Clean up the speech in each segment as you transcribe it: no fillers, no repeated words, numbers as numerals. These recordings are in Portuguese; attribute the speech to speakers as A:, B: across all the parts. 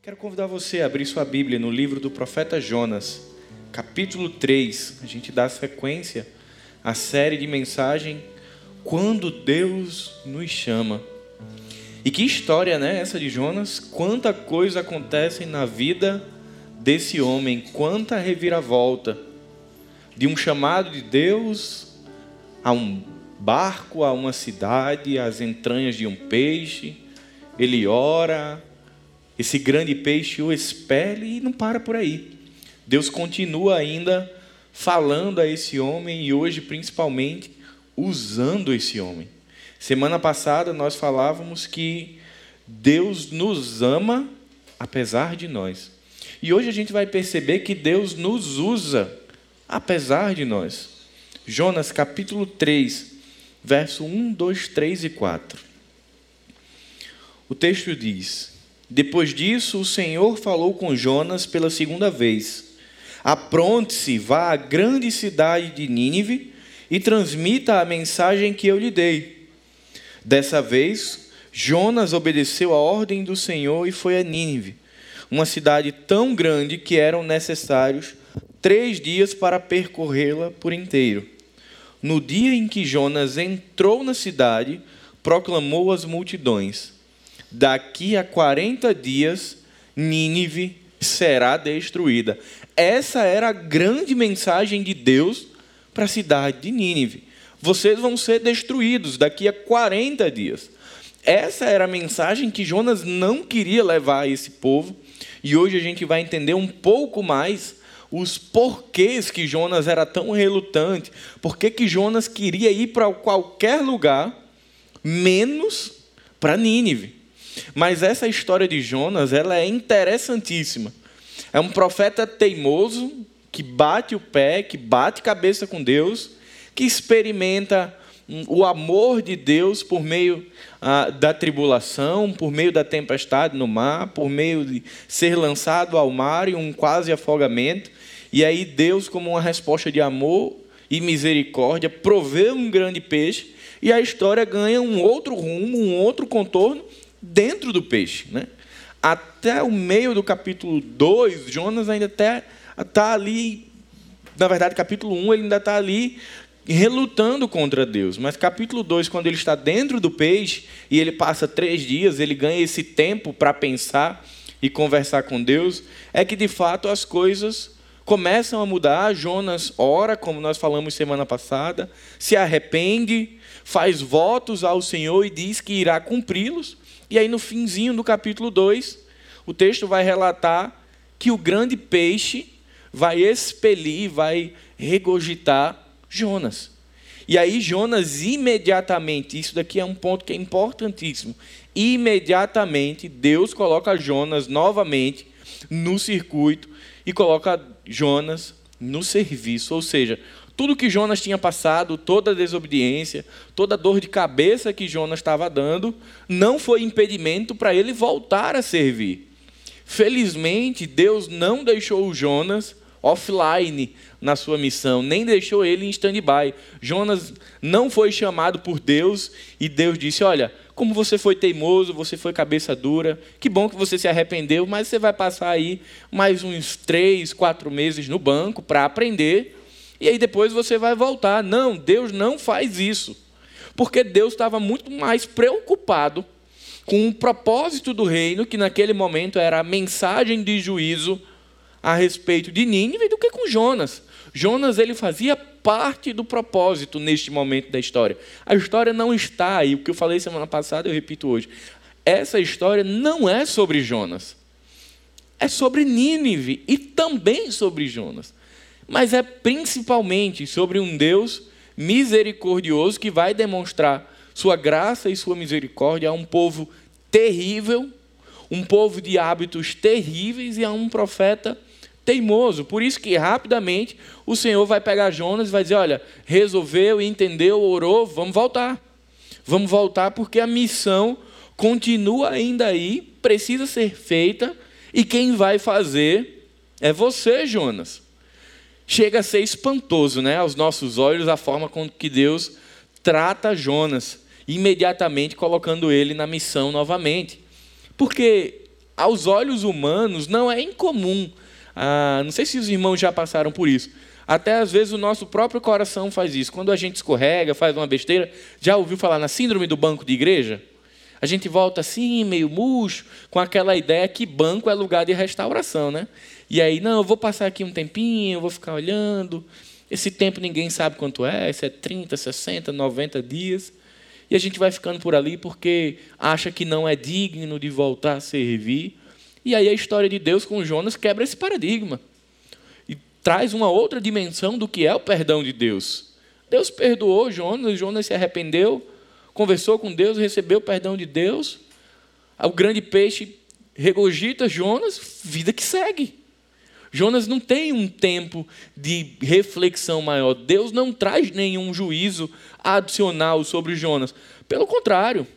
A: Quero convidar você a abrir sua Bíblia no livro do profeta Jonas, capítulo 3. A gente dá sequência à série de mensagem Quando Deus nos chama. E que história, né, essa de Jonas? Quanta coisa acontece na vida desse homem, quanta reviravolta. De um chamado de Deus a um barco, a uma cidade, às entranhas de um peixe. Ele ora, esse grande peixe o expele e não para por aí. Deus continua ainda falando a esse homem e hoje principalmente usando esse homem. Semana passada nós falávamos que Deus nos ama apesar de nós. E hoje a gente vai perceber que Deus nos usa apesar de nós. Jonas capítulo 3, verso 1, 2, 3 e 4. O texto diz: Depois disso, o Senhor falou com Jonas pela segunda vez. Apronte-se, vá à grande cidade de Nínive e transmita a mensagem que eu lhe dei. Dessa vez, Jonas obedeceu a ordem do Senhor e foi a Nínive, uma cidade tão grande que eram necessários 3 dias para percorrê-la por inteiro. No dia em que Jonas entrou na cidade, proclamou às multidões: Daqui a 40 dias, Nínive será destruída. Essa era a grande mensagem de Deus para a cidade de Nínive. Vocês vão ser destruídos daqui a 40 dias. Essa era a mensagem que Jonas não queria levar a esse povo. E hoje a gente vai entender um pouco mais os porquês que Jonas era tão relutante. Por que Jonas queria ir para qualquer lugar, menos para Nínive. Mas essa história de Jonas, ela é interessantíssima. É um profeta teimoso, que bate o pé, que bate cabeça com Deus, que experimenta o amor de Deus por meio da tribulação, por meio da tempestade no mar, por meio de ser lançado ao mar e um quase afogamento. E aí Deus, como uma resposta de amor e misericórdia, provê um grande peixe e a história ganha um outro rumo, um outro contorno dentro do peixe, né? Até o meio do capítulo 2, Jonas ainda está ali, na verdade, capítulo 1, ele ainda está ali relutando contra Deus. Mas capítulo 2, quando ele está dentro do peixe, e ele passa 3 dias, ele ganha esse tempo para pensar e conversar com Deus, é que, de fato, as coisas começam a mudar. Jonas ora, como nós falamos semana passada, se arrepende, faz votos ao Senhor e diz que irá cumpri-los. E aí, no finzinho do capítulo 2, o texto vai relatar que o grande peixe vai expelir, vai regurgitar Jonas. E aí, Jonas imediatamente, isso daqui é um ponto que é importantíssimo, imediatamente Deus coloca Jonas novamente no circuito e coloca Jonas no serviço. Ou seja, tudo que Jonas tinha passado, toda a desobediência, toda a dor de cabeça que Jonas estava dando, não foi impedimento para ele voltar a servir. Felizmente, Deus não deixou o Jonas offline na sua missão, nem deixou ele em stand-by. Jonas não foi chamado por Deus e Deus disse: olha, como você foi teimoso, você foi cabeça dura, que bom que você se arrependeu, mas você vai passar aí mais uns 3, 4 meses no banco para aprender. E aí depois você vai voltar. Não, Deus não faz isso. Porque Deus estava muito mais preocupado com o propósito do reino, que naquele momento era a mensagem de juízo a respeito de Nínive, do que com Jonas. Jonas, ele fazia parte do propósito neste momento da história. A história não está aí. O que eu falei semana passada, eu repito hoje. Essa história não é sobre Jonas. É sobre Nínive e também sobre Jonas. Mas é principalmente sobre um Deus misericordioso que vai demonstrar sua graça e sua misericórdia a um povo terrível, um povo de hábitos terríveis e a um profeta teimoso. Por isso que rapidamente o Senhor vai pegar Jonas e vai dizer: olha, resolveu, entendeu, orou, vamos voltar. Vamos voltar porque a missão continua ainda aí, precisa ser feita e quem vai fazer é você, Jonas. Chega a ser espantoso, né, aos nossos olhos, a forma com que Deus trata Jonas, imediatamente colocando ele na missão novamente. Porque aos olhos humanos, não é incomum. Não sei se os irmãos já passaram por isso. Até às vezes o nosso próprio coração faz isso. Quando a gente escorrega, faz uma besteira, já ouviu falar na síndrome do banco de igreja? A gente volta assim, meio murcho, com aquela ideia que banco é lugar de restauração, né? E aí, não, eu vou passar aqui um tempinho, eu vou ficar olhando. Esse tempo ninguém sabe quanto é, se é 30, 60, 90 dias. E a gente vai ficando por ali porque acha que não é digno de voltar a servir. E aí a história de Deus com Jonas quebra esse paradigma. E traz uma outra dimensão do que é o perdão de Deus. Deus perdoou Jonas, Jonas se arrependeu, conversou com Deus, recebeu o perdão de Deus. O grande peixe regurgita Jonas, vida que segue. Jonas não tem um tempo de reflexão maior. Deus não traz nenhum juízo adicional sobre Jonas. Pelo contrário,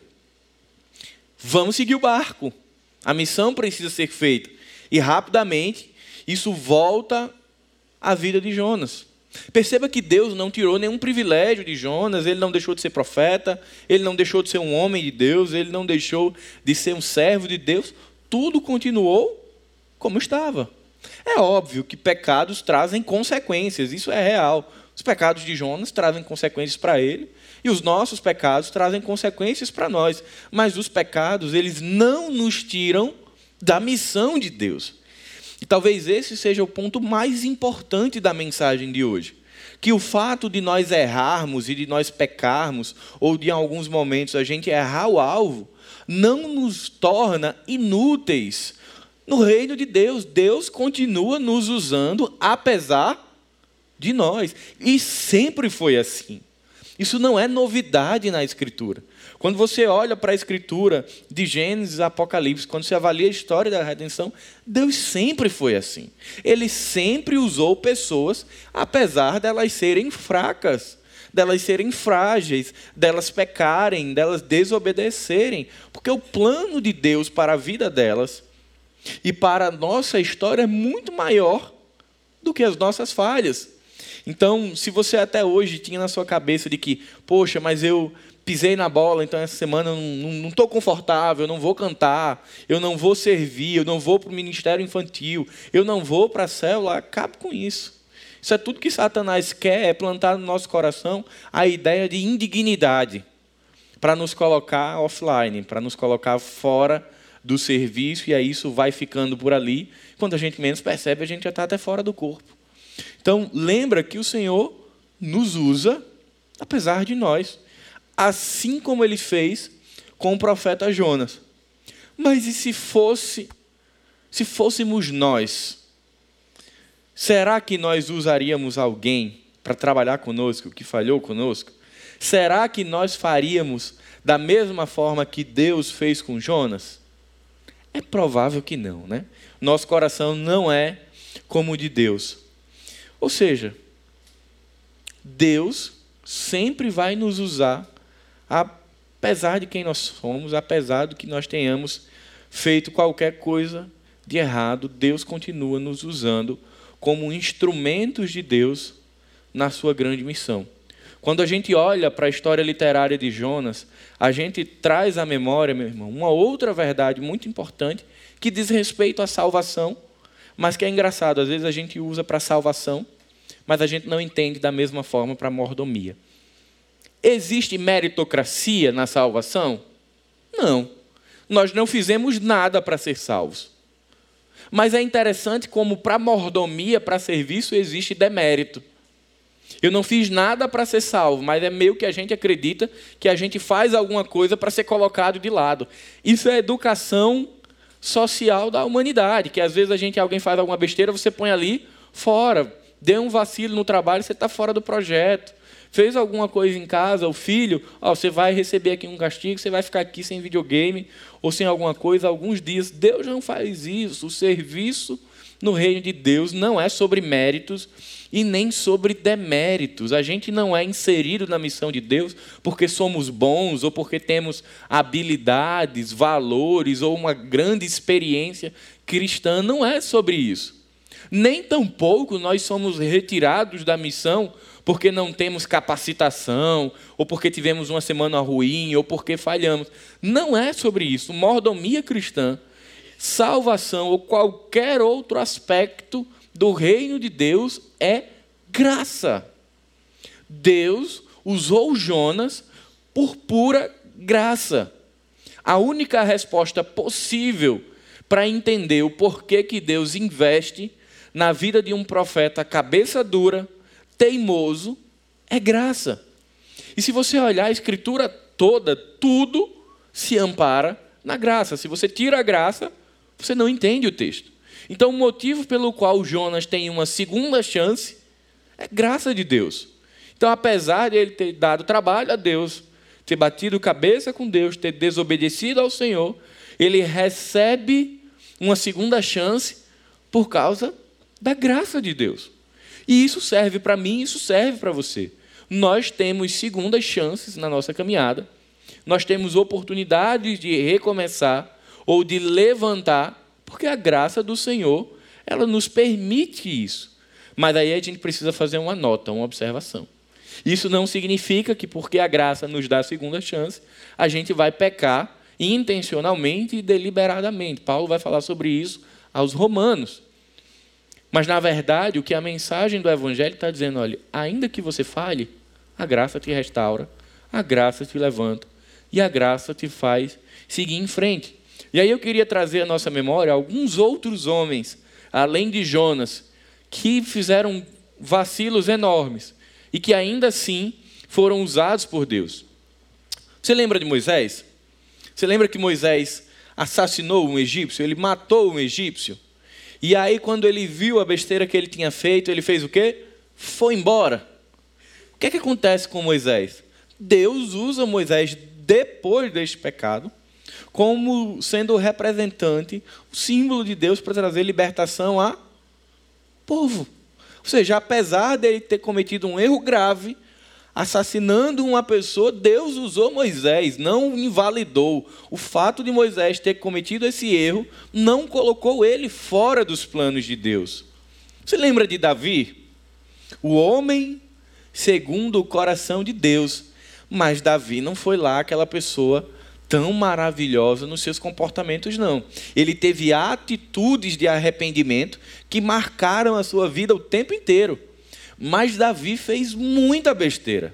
A: vamos seguir o barco. A missão precisa ser feita. E rapidamente, isso volta à vida de Jonas. Perceba que Deus não tirou nenhum privilégio de Jonas, ele não deixou de ser profeta, ele não deixou de ser um homem de Deus, ele não deixou de ser um servo de Deus. Tudo continuou como estava. É óbvio que pecados trazem consequências, isso é real. Os pecados de Jonas trazem consequências para ele, e os nossos pecados trazem consequências para nós. Mas os pecados, eles não nos tiram da missão de Deus. E talvez esse seja o ponto mais importante da mensagem de hoje. Que o fato de nós errarmos e de nós pecarmos, ou de em alguns momentos a gente errar o alvo, não nos torna inúteis no reino de Deus. Deus continua nos usando apesar de nós. E sempre foi assim. Isso não é novidade na Escritura. Quando você olha para a Escritura de Gênesis, Apocalipse, quando você avalia a história da redenção, Deus sempre foi assim. Ele sempre usou pessoas, apesar delas serem fracas, delas serem frágeis, delas pecarem, delas desobedecerem. Porque o plano de Deus para a vida delas e para a nossa história é muito maior do que as nossas falhas. Então, se você até hoje tinha na sua cabeça de que, poxa, mas eu pisei na bola, então essa semana eu não estou confortável, eu não vou cantar, eu não vou servir, eu não vou para o ministério infantil, eu não vou para a célula, acabe com isso. Isso é tudo que Satanás quer, é plantar no nosso coração a ideia de indignidade, para nos colocar offline, para nos colocar fora do serviço, e aí isso vai ficando por ali. Quando a gente menos percebe, a gente já está até fora do corpo. Então, lembra que o Senhor nos usa, apesar de nós, assim como Ele fez com o profeta Jonas. Mas e se fôssemos nós, será que nós usaríamos alguém para trabalhar conosco, que falhou conosco? Será que nós faríamos da mesma forma que Deus fez com Jonas? É provável que não, né? Nosso coração não é como o de Deus. Ou seja, Deus sempre vai nos usar, apesar de quem nós somos, apesar do que nós tenhamos feito qualquer coisa de errado, Deus continua nos usando como instrumentos de Deus na sua grande missão. Quando a gente olha para a história literária de Jonas, a gente traz à memória, meu irmão, uma outra verdade muito importante que diz respeito à salvação, mas que é engraçado, às vezes a gente usa para salvação, mas a gente não entende da mesma forma para mordomia. Existe meritocracia na salvação? Não. Nós não fizemos nada para ser salvos. Mas é interessante como para mordomia, para serviço, existe demérito. Eu não fiz nada para ser salvo, mas é meio que a gente acredita que a gente faz alguma coisa para ser colocado de lado. Isso é educação social da humanidade, que às vezes alguém faz alguma besteira, você põe ali fora, deu um vacilo no trabalho, você está fora do projeto. Fez alguma coisa em casa, o filho, você vai receber aqui um castigo, você vai ficar aqui sem videogame ou sem alguma coisa alguns dias. Deus não faz isso. O serviço no reino de Deus não é sobre méritos e nem sobre deméritos. A gente não é inserido na missão de Deus porque somos bons ou porque temos habilidades, valores ou uma grande experiência cristã. Não é sobre isso. Nem tampouco nós somos retirados da missão porque não temos capacitação, ou porque tivemos uma semana ruim, ou porque falhamos. Não é sobre isso. Mordomia cristã salvação ou qualquer outro aspecto do reino de Deus é graça. Deus usou Jonas por pura graça. A única resposta possível para entender o porquê que Deus investe na vida de um profeta cabeça dura, teimoso, é graça. E se você olhar a Escritura toda, tudo se ampara na graça. Se você tira a graça, você não entende o texto. Então, o motivo pelo qual Jonas tem uma segunda chance é graça de Deus. Então, apesar de ele ter dado trabalho a Deus, ter batido cabeça com Deus, ter desobedecido ao Senhor, ele recebe uma segunda chance por causa da graça de Deus. E isso serve para mim, isso serve para você. Nós temos segundas chances na nossa caminhada. Nós temos oportunidades de recomeçar ou de levantar, porque a graça do Senhor, ela nos permite isso. Mas aí a gente precisa fazer uma nota, uma observação. Isso não significa que porque a graça nos dá a segunda chance, a gente vai pecar intencionalmente e deliberadamente. Paulo vai falar sobre isso aos Romanos. Mas, na verdade, o que a mensagem do Evangelho está dizendo, olha, ainda que você falhe, a graça te restaura, a graça te levanta e a graça te faz seguir em frente. E aí eu queria trazer à nossa memória alguns outros homens, além de Jonas, que fizeram vacilos enormes e que ainda assim foram usados por Deus. Você lembra de Moisés? Você lembra que Moisés assassinou um egípcio? Ele matou um egípcio? E aí, quando ele viu a besteira que ele tinha feito, ele fez o quê? Foi embora. O que é que acontece com Moisés? Deus usa Moisés, depois deste pecado, como sendo o representante, o símbolo de Deus para trazer libertação a povo. Ou seja, apesar dele ter cometido um erro grave, assassinando uma pessoa, Deus usou Moisés, não invalidou. O fato de Moisés ter cometido esse erro não colocou ele fora dos planos de Deus. Você lembra de Davi? O homem segundo o coração de Deus. Mas Davi não foi lá aquela pessoa tão maravilhosa nos seus comportamentos, não. Ele teve atitudes de arrependimento que marcaram a sua vida o tempo inteiro. Mas Davi fez muita besteira.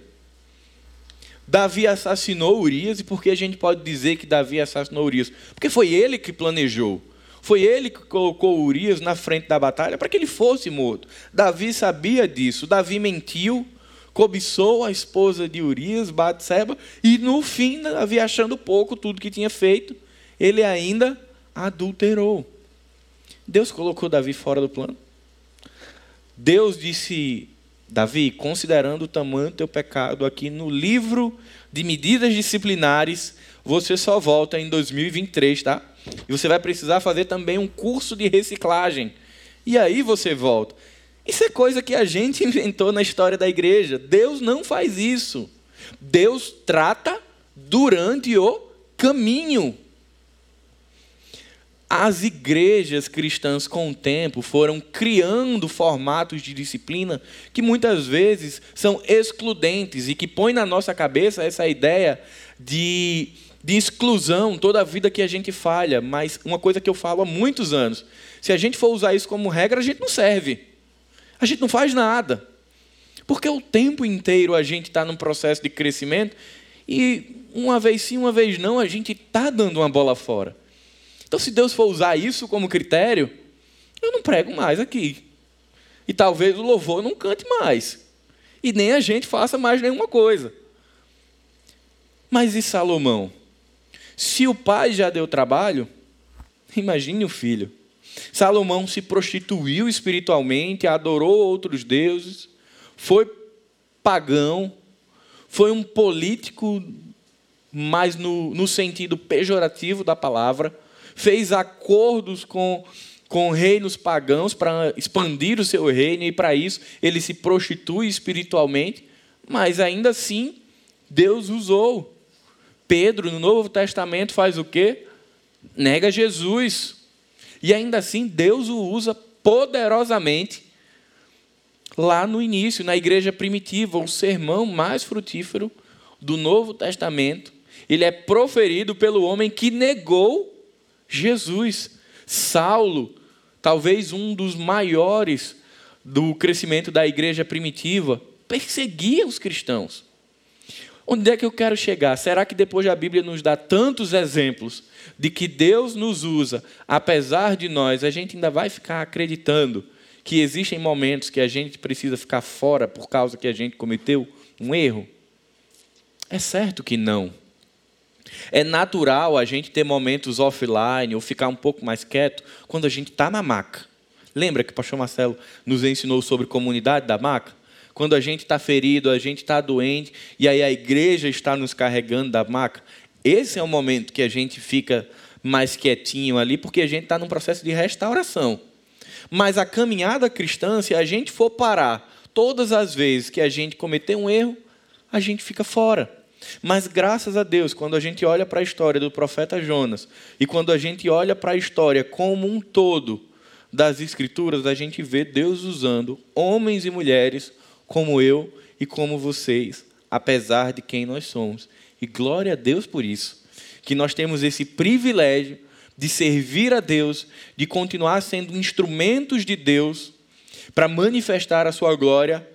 A: Davi assassinou Urias. E por que a gente pode dizer que Davi assassinou Urias? Porque foi ele que planejou. Foi ele que colocou Urias na frente da batalha para que ele fosse morto. Davi sabia disso. Davi mentiu, cobiçou a esposa de Urias, Batseba, e no fim, Davi, achando pouco tudo que tinha feito, ele ainda adulterou. Deus colocou Davi fora do plano. Deus disse: Davi, considerando o tamanho do teu pecado aqui no livro de medidas disciplinares, você só volta em 2023, tá? E você vai precisar fazer também um curso de reciclagem. E aí você volta. Isso é coisa que a gente inventou na história da igreja. Deus não faz isso. Deus trata durante o caminho. As igrejas cristãs, com o tempo, foram criando formatos de disciplina que muitas vezes são excludentes e que põem na nossa cabeça essa ideia de exclusão toda a vida que a gente falha. Mas uma coisa que eu falo há muitos anos, se a gente for usar isso como regra, a gente não serve. A gente não faz nada. Porque o tempo inteiro a gente está num processo de crescimento e uma vez sim, uma vez não, a gente está dando uma bola fora. Então, se Deus for usar isso como critério, eu não prego mais aqui. E talvez o louvor não cante mais. E nem a gente faça mais nenhuma coisa. Mas e Salomão? Se o pai já deu trabalho, imagine o filho. Salomão se prostituiu espiritualmente, adorou outros deuses, foi pagão, foi um político, mas no sentido pejorativo da palavra, fez acordos com reinos pagãos para expandir o seu reino, e para isso ele se prostitui espiritualmente, mas ainda assim Deus usou. Pedro, no Novo Testamento, faz o quê? Nega Jesus. E ainda assim Deus o usa poderosamente lá no início, na igreja primitiva. O sermão mais frutífero do Novo Testamento, ele é proferido pelo homem que negou Jesus. Saulo, talvez um dos maiores do crescimento da igreja primitiva, perseguia os cristãos. Onde é que eu quero chegar? Será que depois a Bíblia nos dá tantos exemplos de que Deus nos usa, apesar de nós, a gente ainda vai ficar acreditando que existem momentos que a gente precisa ficar fora por causa que a gente cometeu um erro? É certo que não. É natural a gente ter momentos offline ou ficar um pouco mais quieto quando a gente está na maca. Lembra que o pastor Marcelo nos ensinou sobre comunidade da maca? Quando a gente está ferido, a gente está doente, e aí a igreja está nos carregando da maca. Esse é o momento que a gente fica mais quietinho ali, porque a gente está num processo de restauração. Mas a caminhada cristã, se a gente for parar todas as vezes que a gente cometer um erro, a gente fica fora. Mas graças a Deus, quando a gente olha para a história do profeta Jonas, e quando a gente olha para a história como um todo das Escrituras, a gente vê Deus usando homens e mulheres como eu e como vocês, apesar de quem nós somos. E glória a Deus por isso, que nós temos esse privilégio de servir a Deus, de continuar sendo instrumentos de Deus para manifestar a sua glória,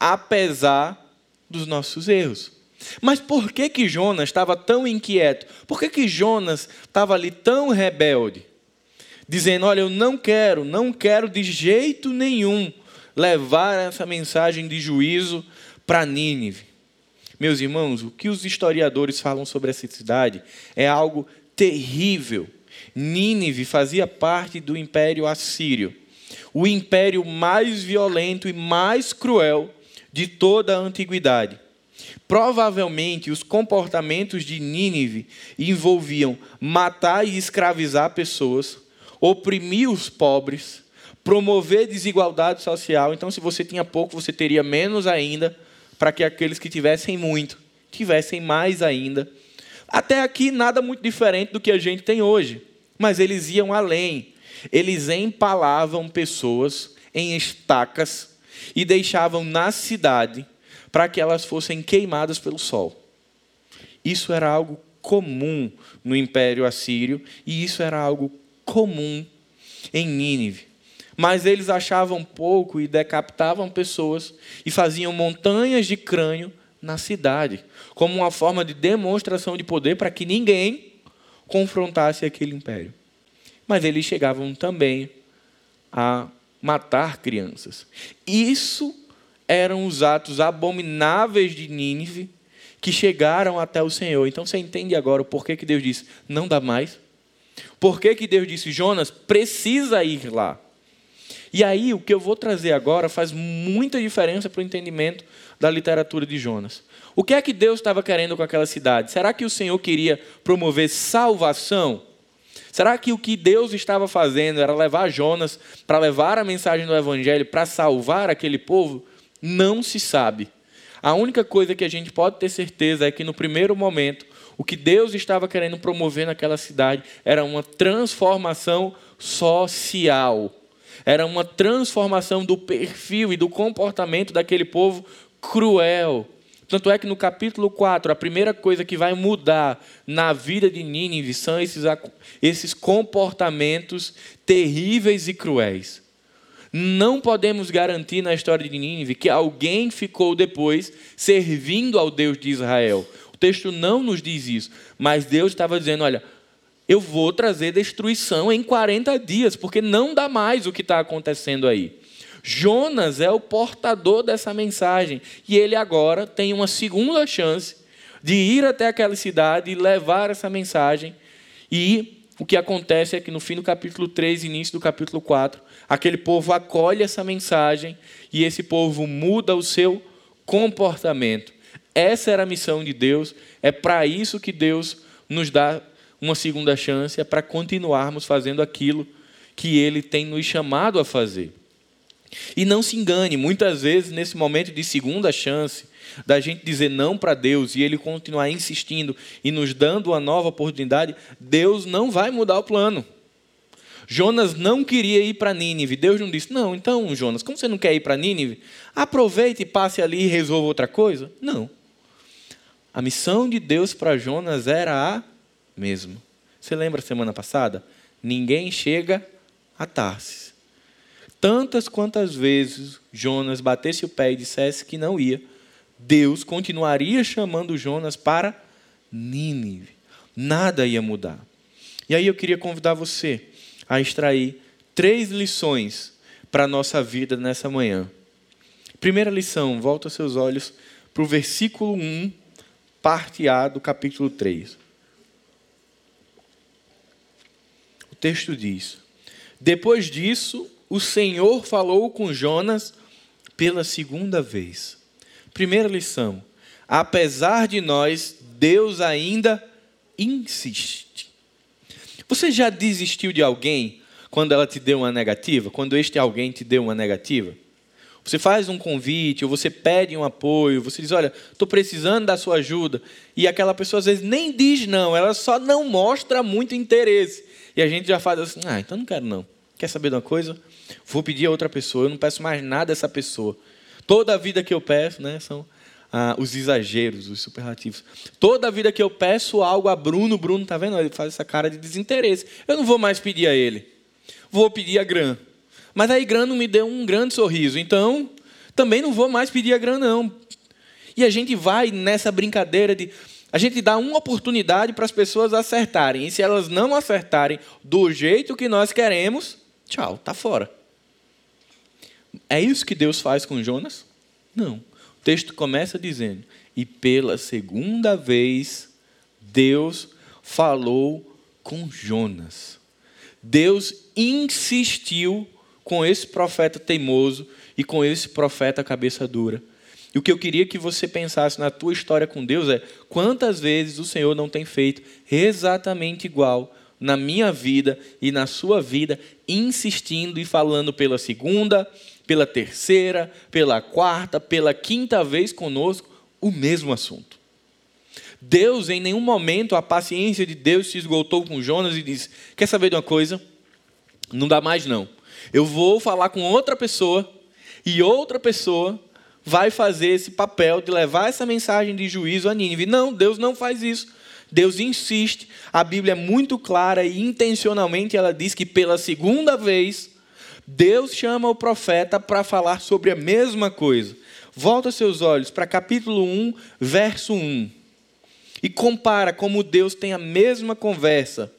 A: apesar dos nossos erros. Mas por que Jonas estava tão inquieto? Por que Jonas estava ali tão rebelde? Dizendo, olha, eu não quero de jeito nenhum levar essa mensagem de juízo para Nínive. Meus irmãos, o que os historiadores falam sobre essa cidade é algo terrível. Nínive fazia parte do Império Assírio, o império mais violento e mais cruel de toda a antiguidade. Provavelmente, os comportamentos de Nínive envolviam matar e escravizar pessoas, oprimir os pobres, promover desigualdade social. Então, se você tinha pouco, você teria menos ainda, para que aqueles que tivessem muito, tivessem mais ainda. Até aqui, nada muito diferente do que a gente tem hoje. Mas eles iam além. Eles empalavam pessoas em estacas e deixavam na cidade para que elas fossem queimadas pelo sol. Isso era algo comum no Império Assírio e isso era algo comum em Nínive. Mas eles achavam pouco e decapitavam pessoas e faziam montanhas de crânio na cidade, como uma forma de demonstração de poder para que ninguém confrontasse aquele império. Mas eles chegavam também a matar crianças. Isso eram os atos abomináveis de Nínive que chegaram até o Senhor. Então você entende agora o porquê que Deus disse, não dá mais? Por que Deus disse, Jonas, precisa ir lá? E aí, o que eu vou trazer agora faz muita diferença para o entendimento da literatura de Jonas. O que é que Deus estava querendo com aquela cidade? Será que o Senhor queria promover salvação? Será que o que Deus estava fazendo era levar Jonas para levar a mensagem do Evangelho, para salvar aquele povo? Não se sabe. A única coisa que a gente pode ter certeza é que no primeiro momento, o que Deus estava querendo promover naquela cidade era uma transformação social. Era uma transformação do perfil e do comportamento daquele povo cruel. Tanto é que no capítulo 4, a primeira coisa que vai mudar na vida de Nínive são esses comportamentos terríveis e cruéis. Não podemos garantir na história de Nínive que alguém ficou depois servindo ao Deus de Israel. O texto não nos diz isso, mas Deus estava dizendo, olha, eu vou trazer destruição em 40 dias, porque não dá mais o que está acontecendo aí. Jonas é o portador dessa mensagem, e ele agora tem uma segunda chance de ir até aquela cidade e levar essa mensagem. E o que acontece é que no fim do capítulo 3, início do capítulo 4, aquele povo acolhe essa mensagem e esse povo muda o seu comportamento. Essa era a missão de Deus, é para isso que Deus nos dá uma segunda chance, é para continuarmos fazendo aquilo que Ele tem nos chamado a fazer. E não se engane, muitas vezes nesse momento de segunda chance, da gente dizer não para Deus e Ele continuar insistindo e nos dando uma nova oportunidade, Deus não vai mudar o plano. Jonas não queria ir para Nínive. Deus não disse, não, então Jonas, como você não quer ir para Nínive, aproveite e passe ali e resolva outra coisa. Não. A missão de Deus para Jonas era a mesma. Você lembra semana passada? ninguém chega a Tarsis. Tantas quantas vezes Jonas batesse o pé e dissesse que não ia, Deus continuaria chamando Jonas para Nínive. Nada ia mudar. E aí eu queria convidar você a extrair 3 lições para a nossa vida nessa manhã. Primeira lição, volta seus olhos para o versículo 1, parte A do capítulo 3. O texto diz: depois disso, o Senhor falou com Jonas pela segunda vez. Primeira lição, apesar de nós, Deus ainda insiste. Você já desistiu de alguém quando ela te deu uma negativa? Quando este alguém te deu uma negativa? Você faz um convite, ou você pede um apoio, você diz, olha, estou precisando da sua ajuda. E aquela pessoa às vezes nem diz não, ela só não mostra muito interesse. E a gente já faz assim, então não quero não. Quer saber de uma coisa? Vou pedir a outra pessoa, eu não peço mais nada dessa pessoa. Toda a vida que eu peço, são os exageros, os superlativos. Toda a vida que eu peço algo a Bruno, está vendo? Ele faz essa cara de desinteresse. Eu não vou mais pedir a ele. Vou pedir a Gran. Mas aí Gran não me deu um grande sorriso. Então, também não vou mais pedir a Gran, não. E a gente vai nessa brincadeira de... A gente dá uma oportunidade para as pessoas acertarem. E se elas não acertarem do jeito que nós queremos, tchau, está fora. É isso que Deus faz com Jonas? Não. O texto começa dizendo, e pela segunda vez, Deus falou com Jonas. Deus insistiu com esse profeta teimoso e com esse profeta cabeça dura. E o que eu queria que você pensasse na tua história com Deus é, quantas vezes o Senhor não tem feito exatamente igual na minha vida e na sua vida, insistindo e falando pela segunda, pela terceira, pela quarta, pela quinta vez conosco, o mesmo assunto. Deus, em nenhum momento, a paciência de Deus se esgotou com Jonas e disse, quer saber de uma coisa? Não dá mais não. Eu vou falar com outra pessoa e outra pessoa vai fazer esse papel de levar essa mensagem de juízo a Nínive. Não, Deus não faz isso. Deus insiste. A Bíblia é muito clara e intencionalmente ela diz que pela segunda vez, Deus chama o profeta para falar sobre a mesma coisa. Volta seus olhos para capítulo 1, verso 1. E compara como Deus tem a mesma conversa.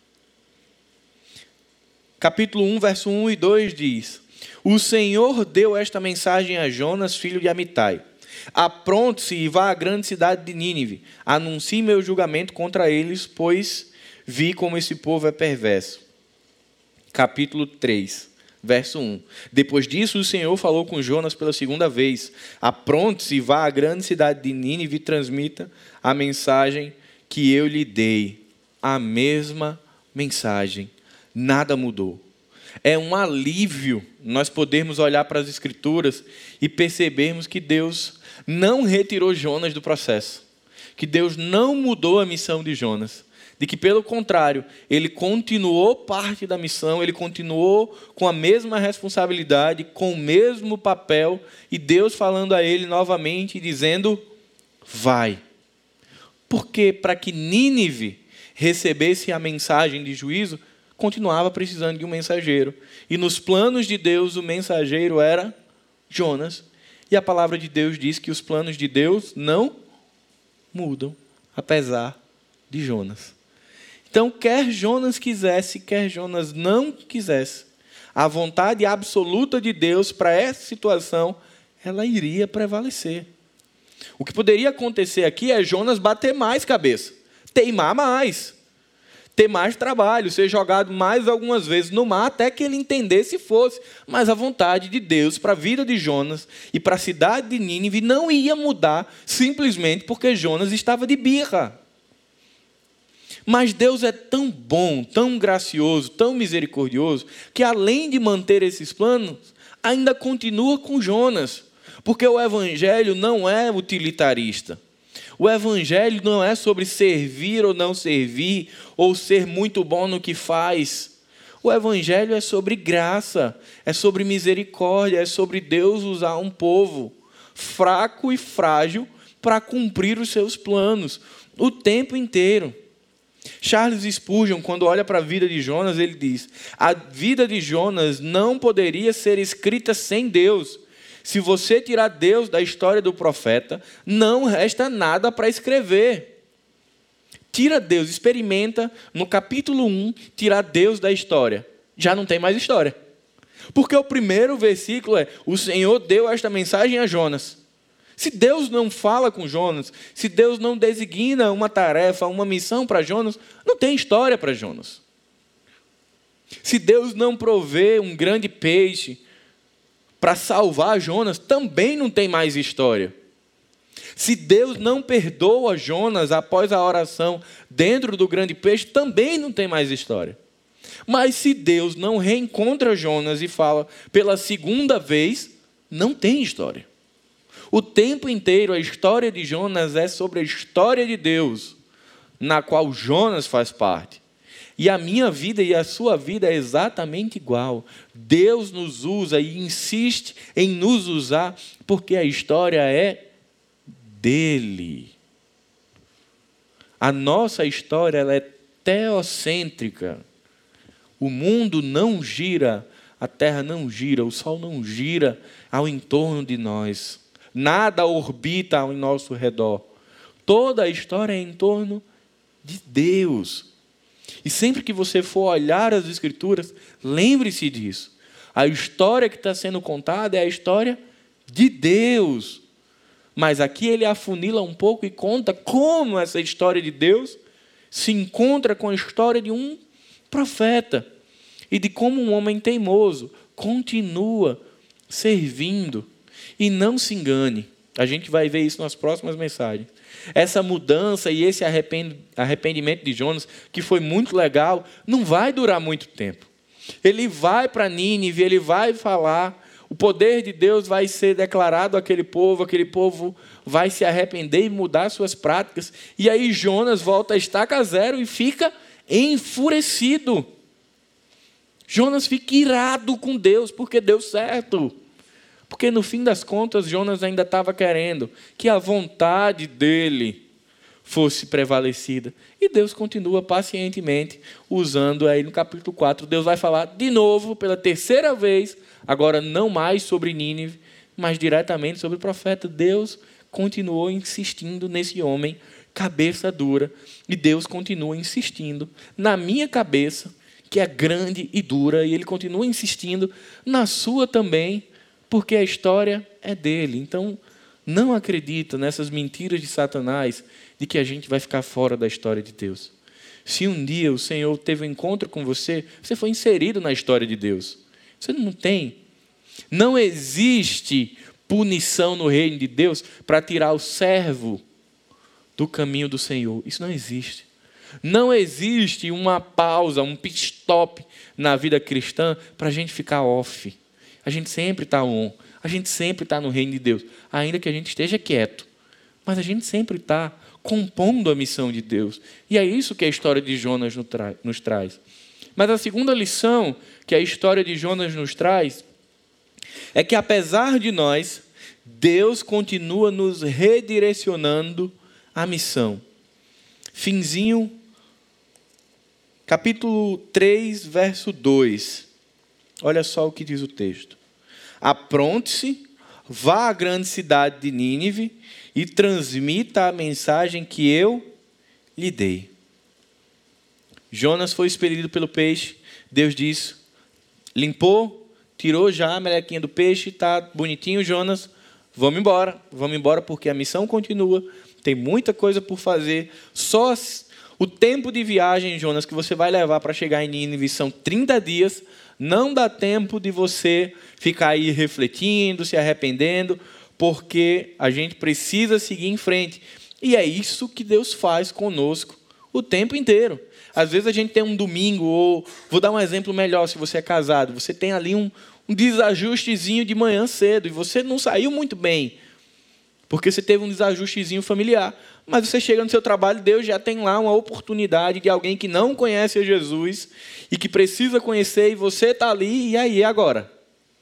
A: Capítulo 1, verso 1 e 2 diz: o Senhor deu esta mensagem a Jonas, filho de Amitai. Apronte-se e vá à grande cidade de Nínive. Anuncie meu julgamento contra eles, pois vi como esse povo é perverso. Capítulo 3, verso 1. Depois disso, o Senhor falou com Jonas pela segunda vez. Apronte-se e vá à grande cidade de Nínive e transmita a mensagem que eu lhe dei. A mesma mensagem. Nada mudou. É um alívio nós podermos olhar para as Escrituras e percebermos que Deus não retirou Jonas do processo. Que Deus não mudou a missão de Jonas. De que, pelo contrário, ele continuou parte da missão, ele continuou com a mesma responsabilidade, com o mesmo papel, e Deus falando a ele novamente, dizendo, vai. Porque para que Nínive recebesse a mensagem de juízo, continuava precisando de um mensageiro. E nos planos de Deus, o mensageiro era Jonas. E a palavra de Deus diz que os planos de Deus não mudam, apesar de Jonas. Então, quer Jonas quisesse, quer Jonas não quisesse, a vontade absoluta de Deus para essa situação, ela iria prevalecer. O que poderia acontecer aqui é Jonas bater mais cabeça, teimar mais, ter mais trabalho, ser jogado mais algumas vezes no mar, até que ele entendesse e fosse. Mas a vontade de Deus para a vida de Jonas e para a cidade de Nínive não ia mudar simplesmente porque Jonas estava de birra. Mas Deus é tão bom, tão gracioso, tão misericordioso, que além de manter esses planos, ainda continua com Jonas. Porque o evangelho não é utilitarista. O evangelho não é sobre servir ou não servir, ou ser muito bom no que faz. O evangelho é sobre graça, é sobre misericórdia, é sobre Deus usar um povo fraco e frágil para cumprir os seus planos o tempo inteiro. Charles Spurgeon, quando olha para a vida de Jonas, ele diz: a vida de Jonas não poderia ser escrita sem Deus. Se você tirar Deus da história do profeta, não resta nada para escrever. Tira Deus, experimenta no capítulo 1, tirar Deus da história. Já não tem mais história. Porque o primeiro versículo é: o Senhor deu esta mensagem a Jonas. Se Deus não fala com Jonas, se Deus não designa uma tarefa, uma missão para Jonas, não tem história para Jonas. Se Deus não provê um grande peixe para salvar Jonas, também não tem mais história. Se Deus não perdoa Jonas após a oração dentro do grande peixe, também não tem mais história. Mas se Deus não reencontra Jonas e fala pela segunda vez, não tem história. O tempo inteiro a história de Jonas é sobre a história de Deus, na qual Jonas faz parte. E a minha vida e a sua vida é exatamente igual. Deus nos usa e insiste em nos usar, porque a história é dele. A nossa história ela é teocêntrica. O mundo não gira, a terra não gira, o sol não gira ao entorno de nós. Nada orbita ao nosso redor. Toda a história é em torno de Deus. E sempre que você for olhar as Escrituras, lembre-se disso. A história que está sendo contada é a história de Deus. Mas aqui ele afunila um pouco e conta como essa história de Deus se encontra com a história de um profeta. E de como um homem teimoso continua servindo. E não se engane, a gente vai ver isso nas próximas mensagens. Essa mudança e esse arrependimento de Jonas, que foi muito legal, não vai durar muito tempo. Ele vai para Nínive, ele vai falar, o poder de Deus vai ser declarado àquele povo vai se arrepender e mudar suas práticas. E aí Jonas volta a estaca zero e fica enfurecido. Jonas fica irado com Deus, porque deu certo. Porque no fim das contas, Jonas ainda estava querendo que a vontade dele fosse prevalecida. E Deus continua pacientemente usando aí no capítulo 4. Deus vai falar de novo, pela terceira vez, agora não mais sobre Nínive, mas diretamente sobre o profeta. Deus continuou insistindo nesse homem, cabeça dura. E Deus continua insistindo na minha cabeça, que é grande e dura. E Ele continua insistindo na sua também, porque a história é dele. Então, não acredita nessas mentiras de Satanás de que a gente vai ficar fora da história de Deus. Se um dia o Senhor teve um encontro com você, você foi inserido na história de Deus. Você não tem. Não existe punição no reino de Deus para tirar o servo do caminho do Senhor. Isso não existe. Não existe uma pausa, um pit stop na vida cristã para a gente ficar off. A gente sempre está on, a gente sempre está no reino de Deus, ainda que a gente esteja quieto. Mas a gente sempre está compondo a missão de Deus. E é isso que a história de Jonas nos traz. Mas a segunda lição que a história de Jonas nos traz é que, apesar de nós, Deus continua nos redirecionando à missão. Finzinho, capítulo 3, verso 2. Olha só o que diz o texto. Apronte-se, vá à grande cidade de Nínive e transmita a mensagem que eu lhe dei. Jonas foi expelido pelo peixe. Deus disse, limpou, tirou já a melequinha do peixe, está bonitinho, Jonas, vamos embora porque a missão continua, tem muita coisa por fazer. Só o tempo de viagem, Jonas, que você vai levar para chegar em Nínive são 30 dias, não dá tempo de você ficar aí refletindo, se arrependendo, porque a gente precisa seguir em frente. E é isso que Deus faz conosco o tempo inteiro. Às vezes a gente tem um domingo, ou vou dar um exemplo melhor, se você é casado, você tem ali um desajustezinho de manhã cedo, e você não saiu muito bem, porque você teve um desajustezinho familiar. Mas você chega no seu trabalho, Deus já tem lá uma oportunidade de alguém que não conhece a Jesus e que precisa conhecer, e você está ali, e aí, agora?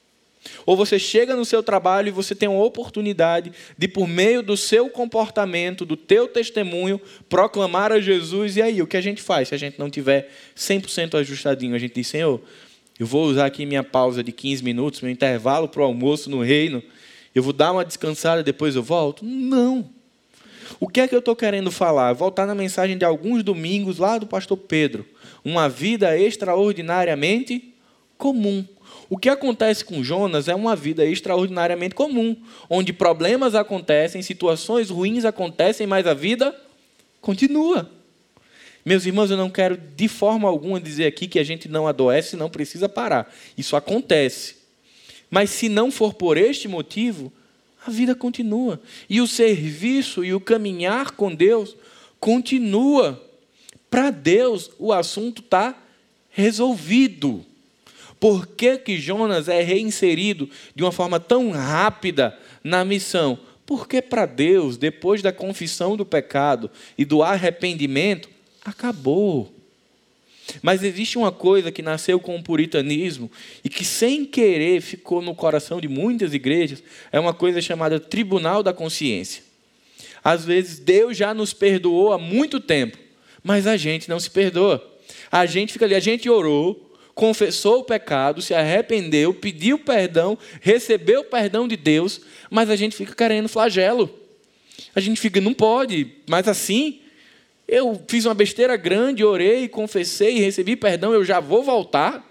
A: Ou você chega no seu trabalho e você tem uma oportunidade de, por meio do seu comportamento, do teu testemunho, proclamar a Jesus. E aí, o que a gente faz se a gente não tiver 100% ajustadinho? A gente diz, Senhor, eu vou usar aqui minha pausa de 15 minutos, meu intervalo para o almoço no reino, eu vou dar uma descansada e depois eu volto? Não. O que é que eu estou querendo falar? Voltar na mensagem de alguns domingos lá do pastor Pedro. Uma vida extraordinariamente comum. O que acontece com Jonas é uma vida extraordinariamente comum, onde problemas acontecem, situações ruins acontecem, mas a vida continua. Meus irmãos, eu não quero de forma alguma dizer aqui que a gente não adoece e não precisa parar. Isso acontece. Mas se não for por este motivo, a vida continua. E o serviço e o caminhar com Deus continua. Para Deus, o assunto está resolvido. Por que que Jonas é reinserido de uma forma tão rápida na missão? Porque para Deus, depois da confissão do pecado e do arrependimento, acabou. Mas existe uma coisa que nasceu com o puritanismo e que sem querer ficou no coração de muitas igrejas, é uma coisa chamada tribunal da consciência. Às vezes Deus já nos perdoou há muito tempo, mas a gente não se perdoa. A gente fica ali, a gente orou, confessou o pecado, se arrependeu, pediu perdão, recebeu o perdão de Deus, mas a gente fica querendo flagelo. A gente fica, não pode, mas assim, eu fiz uma besteira grande, orei, confessei, recebi perdão, eu já vou voltar?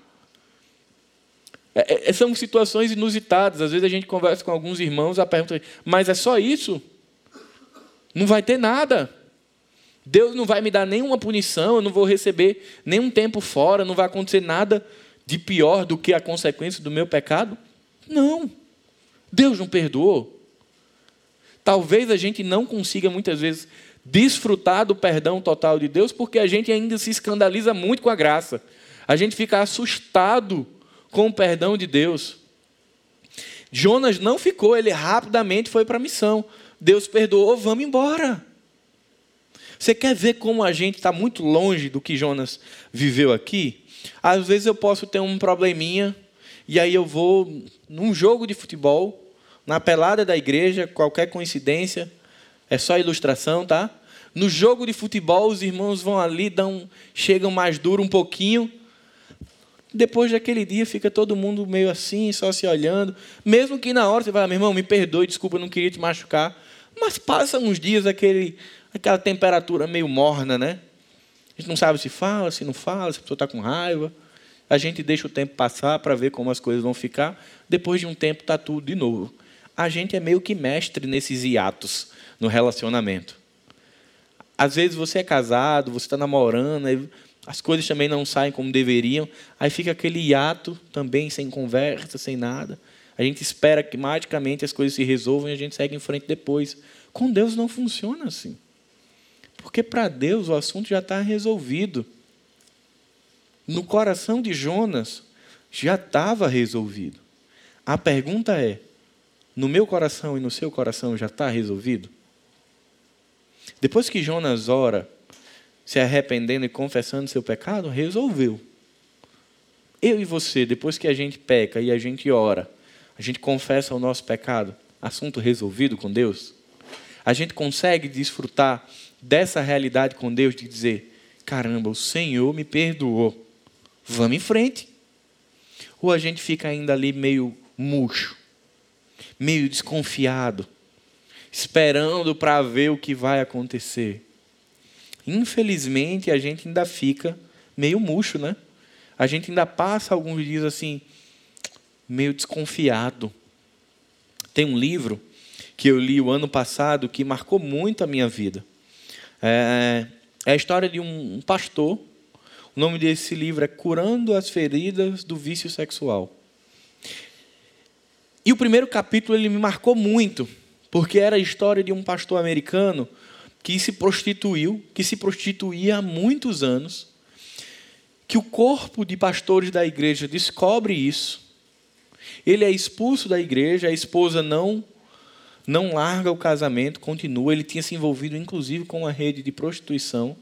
A: São situações inusitadas. Às vezes a gente conversa com alguns irmãos, a pergunta, mas é só isso? Não vai ter nada. Deus não vai me dar nenhuma punição, eu não vou receber nenhum tempo fora, não vai acontecer nada de pior do que a consequência do meu pecado? Não. Deus não perdoou. Talvez a gente não consiga, muitas vezes, desfrutar do perdão total de Deus, porque a gente ainda se escandaliza muito com a graça. A gente fica assustado com o perdão de Deus. Jonas não ficou, ele rapidamente foi para a missão. Deus perdoou, vamos embora. Você quer ver como a gente está muito longe do que Jonas viveu aqui? Às vezes eu posso ter um probleminha, e aí eu vou num jogo de futebol, na pelada da igreja, qualquer coincidência, é só ilustração, tá? No jogo de futebol, os irmãos vão ali, chegam mais duro um pouquinho. Depois daquele dia, fica todo mundo meio assim, só se olhando. Mesmo que na hora você fala, meu irmão, me perdoe, desculpa, eu não queria te machucar. Mas passam uns dias aquela temperatura meio morna, né? A gente não sabe se fala, se não fala, se a pessoa está com raiva. A gente deixa o tempo passar para ver como as coisas vão ficar. Depois de um tempo, está tudo de novo. A gente é meio que mestre nesses hiatos no relacionamento. Às vezes você é casado, você está namorando, as coisas também não saem como deveriam, aí fica aquele hiato também, sem conversa, sem nada. A gente espera que magicamente as coisas se resolvam e a gente segue em frente depois. Com Deus não funciona assim. Porque para Deus o assunto já está resolvido. No coração de Jonas já estava resolvido. A pergunta é, no meu coração e no seu coração já está resolvido? Depois que Jonas ora, se arrependendo e confessando seu pecado, resolveu. Eu e você, depois que a gente peca e a gente ora, a gente confessa o nosso pecado, assunto resolvido com Deus? A gente consegue desfrutar dessa realidade com Deus, de dizer, caramba, o Senhor me perdoou, vamos em frente. Ou a gente fica ainda ali meio murcho, meio desconfiado, esperando para ver o que vai acontecer. Infelizmente, a gente ainda fica meio murcho, né? A gente ainda passa alguns dias assim, meio desconfiado. Tem um livro que eu li o ano passado que marcou muito a minha vida. É a história de um pastor. O nome desse livro é Curando as Feridas do Vício Sexual. E o primeiro capítulo ele me marcou muito, porque era a história de um pastor americano que se prostituía há muitos anos, que o corpo de pastores da igreja descobre isso, ele é expulso da igreja, a esposa não larga o casamento, continua, ele tinha se envolvido inclusive com uma rede de prostituição.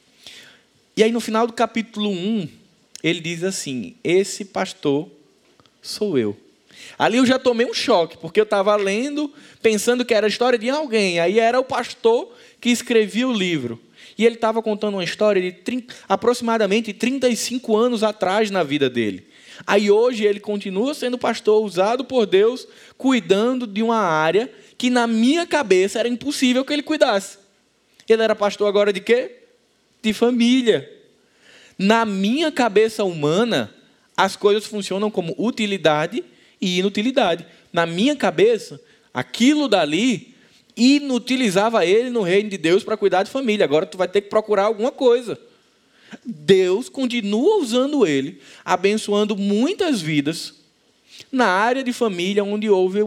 A: E aí no final do capítulo 1, ele diz assim, esse pastor sou eu. Ali eu já tomei um choque, porque eu estava lendo, pensando que era a história de alguém. Aí era o pastor que escrevia o livro. E ele estava contando uma história de aproximadamente 35 anos atrás na vida dele. Aí hoje ele continua sendo pastor, usado por Deus, cuidando de uma área que na minha cabeça era impossível que ele cuidasse. Ele era pastor agora de quê? De família. Na minha cabeça humana, as coisas funcionam como utilidade e inutilidade. Na minha cabeça, aquilo dali inutilizava ele no reino de Deus para cuidar de família. Agora tu vai ter que procurar alguma coisa. Deus continua usando ele, abençoando muitas vidas na área de família onde houve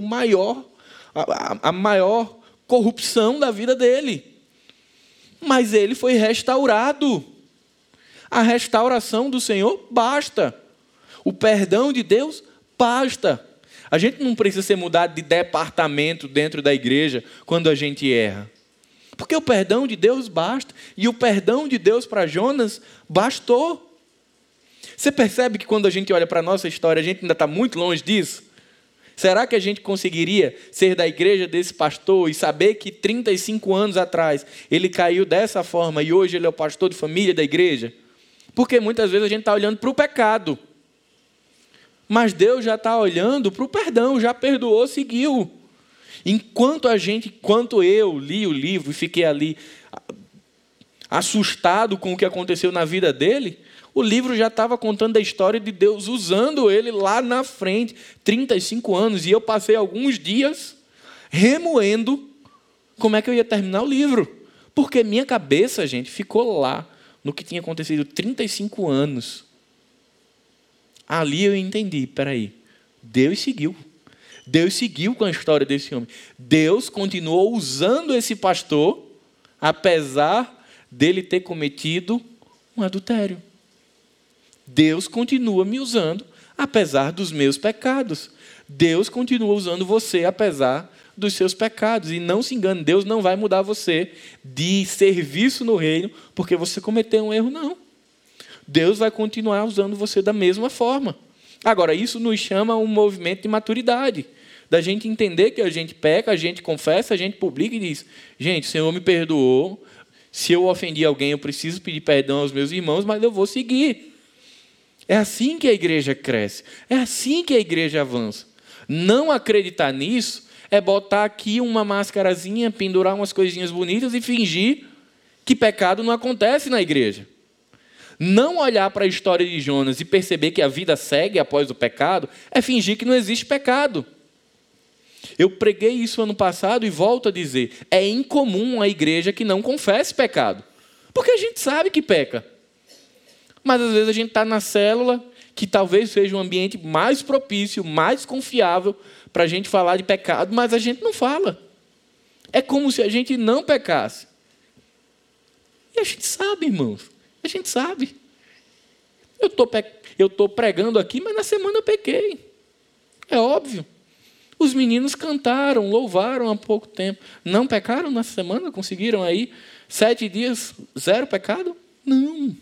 A: a maior corrupção da vida dele. Mas ele foi restaurado. A restauração do Senhor basta. O perdão de Deus basta. A gente não precisa ser mudado de departamento dentro da igreja quando a gente erra. Porque o perdão de Deus basta. E o perdão de Deus para Jonas bastou. Você percebe que quando a gente olha para a nossa história, a gente ainda está muito longe disso? Será que a gente conseguiria ser da igreja desse pastor e saber que 35 anos atrás ele caiu dessa forma e hoje ele é o pastor de família da igreja? Porque muitas vezes a gente está olhando para o pecado. Mas Deus já está olhando para o perdão, já perdoou, seguiu. Enquanto eu li o livro e fiquei ali assustado com o que aconteceu na vida dele, o livro já estava contando a história de Deus usando ele lá na frente, 35 anos, e eu passei alguns dias remoendo como é que eu ia terminar o livro. Porque minha cabeça, gente, ficou lá no que tinha acontecido 35 anos. Ali eu entendi, peraí, Deus seguiu com a história desse homem. Deus continuou usando esse pastor, apesar dele ter cometido um adultério. Deus continua me usando, apesar dos meus pecados. Deus continua usando você, apesar dos seus pecados. E não se engane, Deus não vai mudar você de serviço no reino, porque você cometeu um erro, não. Deus vai continuar usando você da mesma forma. Agora, isso nos chama a um movimento de maturidade, da gente entender que a gente peca, a gente confessa, a gente publica e diz, gente, o Senhor me perdoou, se eu ofendi alguém, eu preciso pedir perdão aos meus irmãos, mas eu vou seguir. É assim que a igreja cresce, é assim que a igreja avança. Não acreditar nisso é botar aqui uma máscarazinha, pendurar umas coisinhas bonitas e fingir que pecado não acontece na igreja. Não olhar para a história de Jonas e perceber que a vida segue após o pecado é fingir que não existe pecado. Eu preguei isso ano passado e volto a dizer, é incomum a igreja que não confesse pecado. Porque a gente sabe que peca. Mas às vezes a gente está na célula, que talvez seja um ambiente mais propício, mais confiável para a gente falar de pecado, mas a gente não fala. É como se a gente não pecasse. E a gente sabe, irmãos. A gente sabe. Eu estou pregando aqui, mas na semana eu pequei. É óbvio. Os meninos cantaram, louvaram há pouco tempo. Não pecaram na semana? Conseguiram aí 7 dias, 0 pecado? Não.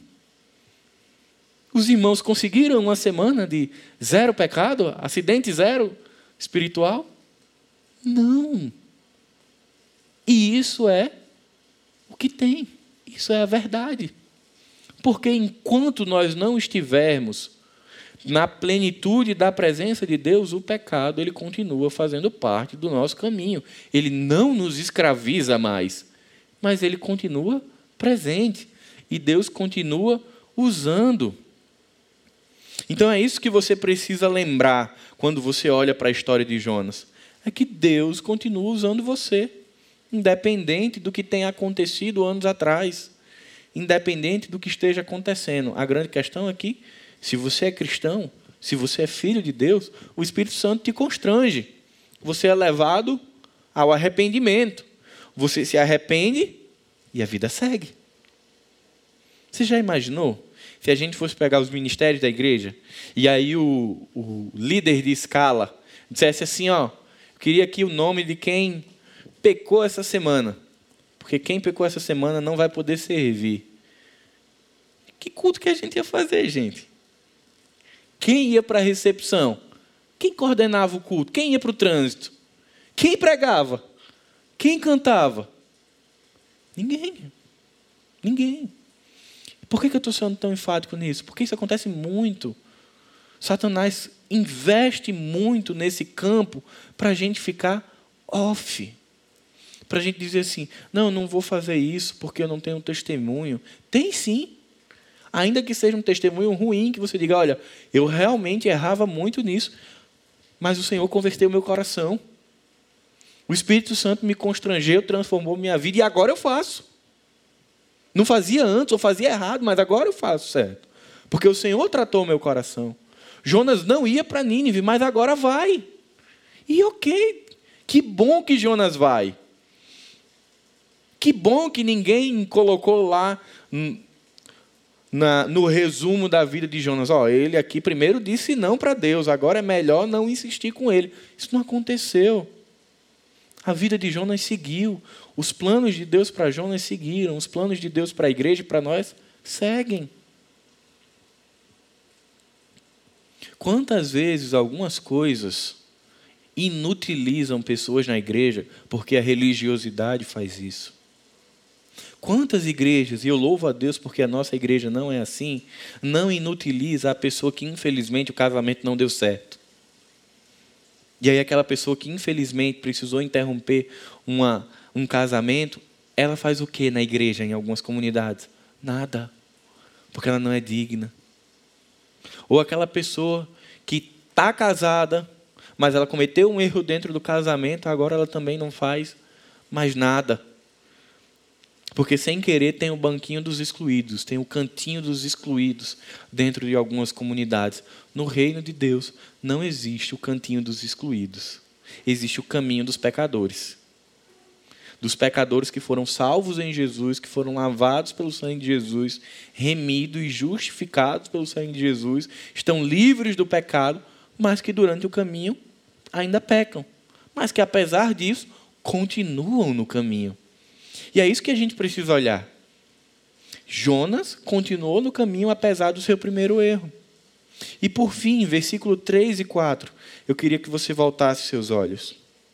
A: Os irmãos conseguiram uma semana de 0 pecado? Acidente 0 espiritual? Não. E isso é o que tem. Isso é a verdade. Porque enquanto nós não estivermos na plenitude da presença de Deus, o pecado ele continua fazendo parte do nosso caminho. Ele não nos escraviza mais, mas ele continua presente. E Deus continua usando. Então é isso que você precisa lembrar quando você olha para a história de Jonas. É que Deus continua usando você, independente do que tenha acontecido anos atrás. Independente do que esteja acontecendo. A grande questão é que, se você é cristão, se você é filho de Deus, o Espírito Santo te constrange. Você é levado ao arrependimento. Você se arrepende e a vida segue. Você já imaginou? Se a gente fosse pegar os ministérios da igreja, e aí o líder de escala dissesse assim, ó, eu queria aqui o nome de quem pecou essa semana. Porque quem pecou essa semana não vai poder servir. Que culto que a gente ia fazer, gente? Quem ia para a recepção? Quem coordenava o culto? Quem ia para o trânsito? Quem pregava? Quem cantava? Ninguém. Ninguém. Por que eu estou sendo tão enfático nisso? Porque isso acontece muito. Satanás investe muito nesse campo para a gente ficar off. Para a gente dizer assim, não vou fazer isso porque eu não tenho testemunho. Tem sim. Ainda que seja um testemunho ruim, que você diga, olha, eu realmente errava muito nisso, mas o Senhor converteu meu coração. O Espírito Santo me constrangeu, transformou minha vida e agora eu faço. Não fazia antes, ou fazia errado, mas agora eu faço certo. Porque o Senhor tratou meu coração. Jonas não ia para Nínive, mas agora vai. E ok, que bom que Jonas vai. Que bom que ninguém colocou lá no resumo da vida de Jonas. Ele aqui primeiro disse não para Deus, agora é melhor não insistir com ele. Isso não aconteceu. A vida de Jonas seguiu. Os planos de Deus para Jonas seguiram. Os planos de Deus para a igreja e para nós seguem. Quantas vezes algumas coisas inutilizam pessoas na igreja porque a religiosidade faz isso? Quantas igrejas, e eu louvo a Deus porque a nossa igreja não é assim, não inutiliza a pessoa que infelizmente o casamento não deu certo. E aí aquela pessoa que infelizmente precisou interromper um casamento, ela faz o que na igreja, em algumas comunidades? Nada. Porque ela não é digna. Ou aquela pessoa que está casada, mas ela cometeu um erro dentro do casamento, agora ela também não faz mais nada. Porque sem querer tem o banquinho dos excluídos, tem o cantinho dos excluídos dentro de algumas comunidades. No reino de Deus não existe o cantinho dos excluídos. Existe o caminho dos pecadores. Dos pecadores que foram salvos em Jesus, que foram lavados pelo sangue de Jesus, remidos e justificados pelo sangue de Jesus, estão livres do pecado, mas que durante o caminho ainda pecam. Mas que apesar disso, continuam no caminho. E é isso que a gente precisa olhar. Jonas continuou no caminho apesar do seu primeiro erro. E por fim, versículo 3 e 4, eu queria que você voltasse seus olhos.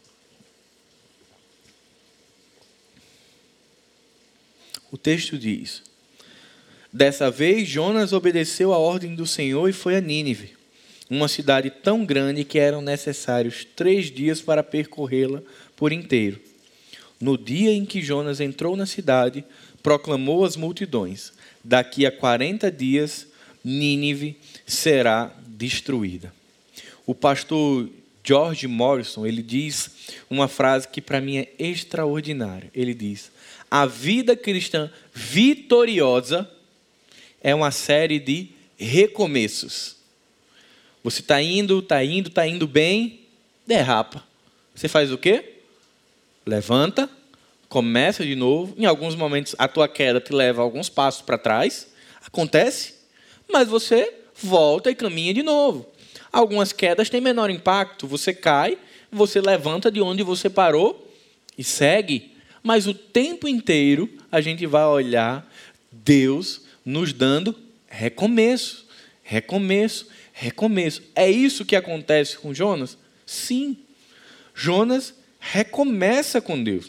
A: O texto diz: dessa vez Jonas obedeceu a ordem do Senhor e foi a Nínive, uma cidade tão grande que eram necessários 3 dias para percorrê-la por inteiro. No dia em que Jonas entrou na cidade, proclamou às multidões: daqui a 40 dias, Nínive será destruída. O pastor George Morrison, ele diz uma frase que para mim é extraordinária. Ele diz: a vida cristã vitoriosa é uma série de recomeços. Você está indo bem, derrapa. Você faz o quê? Levanta, começa de novo. Em alguns momentos, a tua queda te leva alguns passos para trás. Acontece. Mas você volta e caminha de novo. Algumas quedas têm menor impacto. Você cai, você levanta de onde você parou e segue. Mas o tempo inteiro, a gente vai olhar Deus nos dando recomeço. Recomeço, recomeço. É isso que acontece com Jonas? Sim. Jonas recomeça com Deus.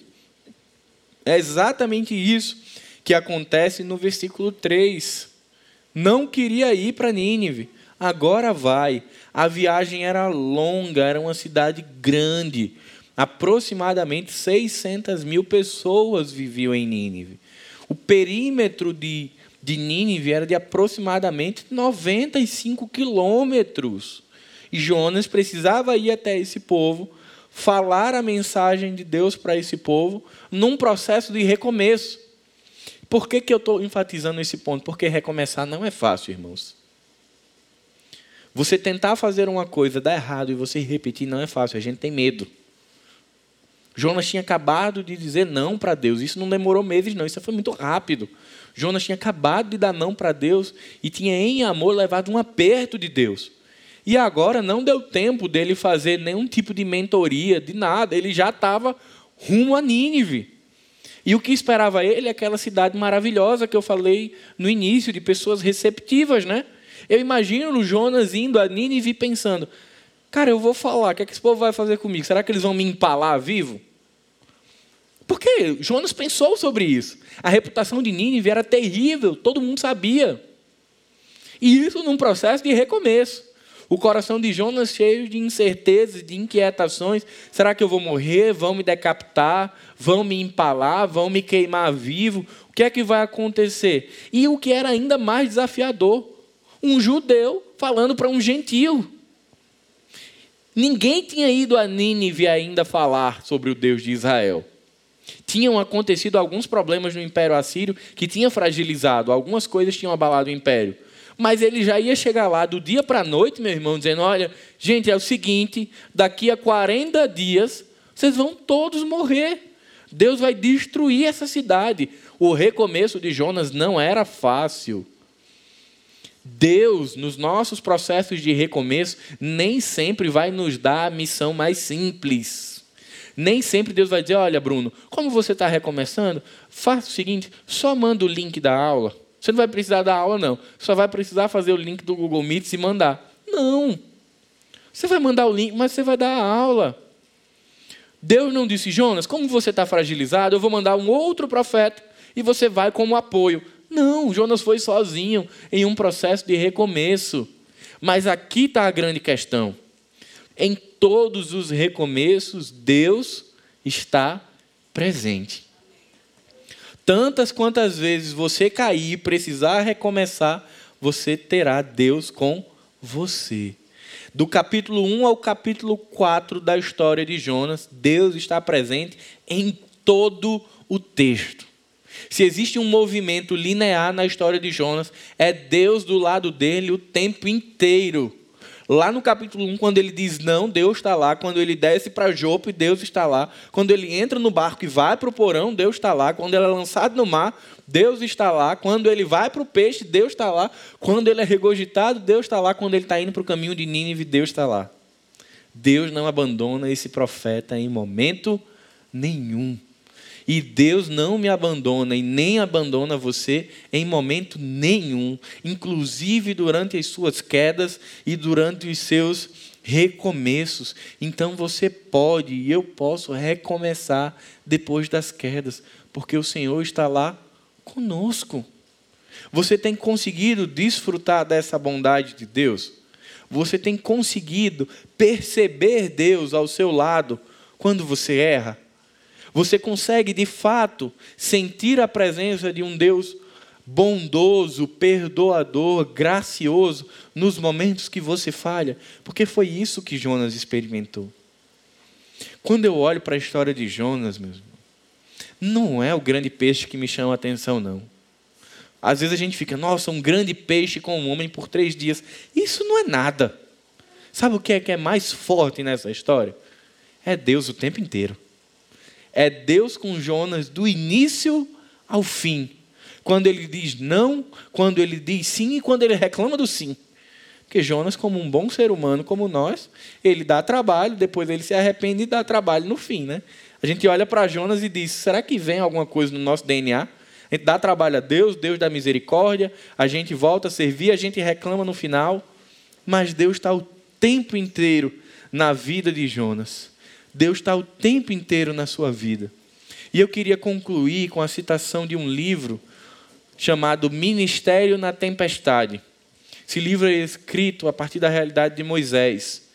A: É exatamente isso que acontece no versículo 3. Não queria ir para Nínive, agora vai. A viagem era longa, era uma cidade grande. Aproximadamente 600 mil pessoas viviam em Nínive. O perímetro de Nínive era de aproximadamente 95 quilômetros. E Jonas precisava ir até esse povo, falar a mensagem de Deus para esse povo, num processo de recomeço. Por que eu estou enfatizando esse ponto? Porque recomeçar não é fácil, irmãos. Você tentar fazer uma coisa, dar errado, e você repetir não é fácil, a gente tem medo. Jonas tinha acabado de dizer não para Deus. Isso não demorou meses, não. Isso foi muito rápido. Jonas tinha acabado de dar não para Deus e tinha, em amor, levado um aperto de Deus. E agora não deu tempo dele fazer nenhum tipo de mentoria, de nada. Ele já estava rumo a Nínive. E o que esperava ele é aquela cidade maravilhosa que eu falei no início, de pessoas receptivas, né? Eu imagino o Jonas indo a Nínive pensando: Cara, eu vou falar, o que é que esse povo vai fazer comigo? Será que eles vão me empalar vivo? Porque Jonas pensou sobre isso. A reputação de Nínive era terrível, todo mundo sabia. E isso num processo de recomeço. O coração de Jonas cheio de incertezas, de inquietações. Será que eu vou morrer? Vão me decapitar? Vão me empalar? Vão me queimar vivo? O que é que vai acontecer? E o que era ainda mais desafiador, um judeu falando para um gentio. Ninguém tinha ido a Nínive ainda falar sobre o Deus de Israel. Tinham acontecido alguns problemas no Império Assírio que tinha fragilizado, algumas coisas tinham abalado o Império. Mas ele já ia chegar lá do dia para a noite, meu irmão, dizendo, olha, gente, é o seguinte, daqui a 40 dias, vocês vão todos morrer. Deus vai destruir essa cidade. O recomeço de Jonas não era fácil. Deus, nos nossos processos de recomeço, nem sempre vai nos dar a missão mais simples. Nem sempre Deus vai dizer, olha, Bruno, como você está recomeçando, faça o seguinte, só manda o link da aula. Você não vai precisar da aula, não. Só vai precisar fazer o link do Google Meet e mandar. Não. Você vai mandar o link, mas você vai dar a aula. Deus não disse, Jonas, como você está fragilizado, eu vou mandar um outro profeta e você vai como apoio. Não, Jonas foi sozinho em um processo de recomeço. Mas aqui está a grande questão. Em todos os recomeços, Deus está presente. Tantas quantas vezes você cair e precisar recomeçar, você terá Deus com você. Do capítulo 1 ao capítulo 4 da história de Jonas, Deus está presente em todo o texto. Se existe um movimento linear na história de Jonas, é Deus do lado dele o tempo inteiro. Lá no capítulo 1, quando ele diz não, Deus está lá. Quando ele desce para Jope, Deus está lá. Quando ele entra no barco e vai para o porão, Deus está lá. Quando ele é lançado no mar, Deus está lá. Quando ele vai para o peixe, Deus está lá. Quando ele é regurgitado, Deus está lá. Quando ele está indo para o caminho de Nínive, Deus está lá. Deus não abandona esse profeta em momento nenhum. E Deus não me abandona e nem abandona você em momento nenhum, inclusive durante as suas quedas e durante os seus recomeços. Então você pode e eu posso recomeçar depois das quedas, porque o Senhor está lá conosco. Você tem conseguido desfrutar dessa bondade de Deus? Você tem conseguido perceber Deus ao seu lado quando você erra? Você consegue, de fato, sentir a presença de um Deus bondoso, perdoador, gracioso, nos momentos que você falha? Porque foi isso que Jonas experimentou. Quando eu olho para a história de Jonas, meus irmãos, não é o grande peixe que me chama a atenção, não. Às vezes a gente fica, nossa, um grande peixe com um homem por 3 dias. Isso não é nada. Sabe o que é mais forte nessa história? É Deus o tempo inteiro. É Deus com Jonas do início ao fim. Quando ele diz não, quando ele diz sim e quando ele reclama do sim. Porque Jonas, como um bom ser humano como nós, ele dá trabalho, depois ele se arrepende e dá trabalho no fim, né? A gente olha para Jonas e diz, será que vem alguma coisa no nosso DNA? A gente dá trabalho a Deus, Deus dá misericórdia, a gente volta a servir, a gente reclama no final. Mas Deus está o tempo inteiro na vida de Jonas. Deus está o tempo inteiro na sua vida. E eu queria concluir com a citação de um livro chamado Ministério na Tempestade. Esse livro é escrito a partir da realidade de Moisés.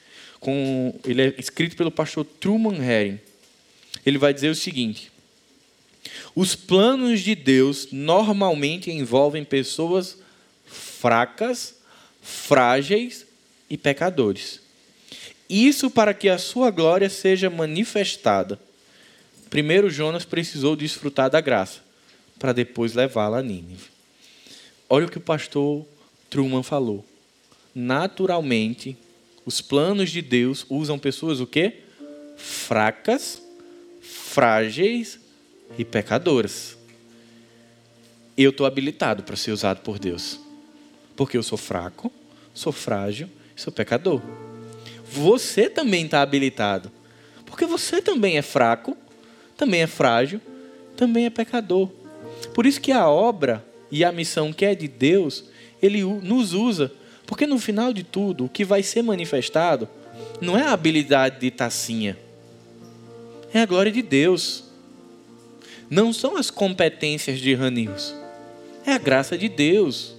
A: Ele é escrito pelo pastor Truman Herring. Ele vai dizer o seguinte: os planos de Deus normalmente envolvem pessoas fracas, frágeis e pecadores. Isso para que a sua glória seja manifestada. Primeiro Jonas precisou desfrutar da graça, para depois levá-la a Nínive. Olha o que o pastor Truman falou. Naturalmente, os planos de Deus usam pessoas o quê? Fracas, frágeis e pecadoras. Eu estou habilitado para ser usado por Deus. Porque eu sou fraco, sou frágil e sou pecador. Você também está habilitado. Porque você também é fraco, também é frágil, também é pecador. Por isso que a obra e a missão que é de Deus, Ele nos usa. Porque no final de tudo, o que vai ser manifestado não é a habilidade de tacinha. É a glória de Deus. Não são as competências de Ranils. É a graça de Deus.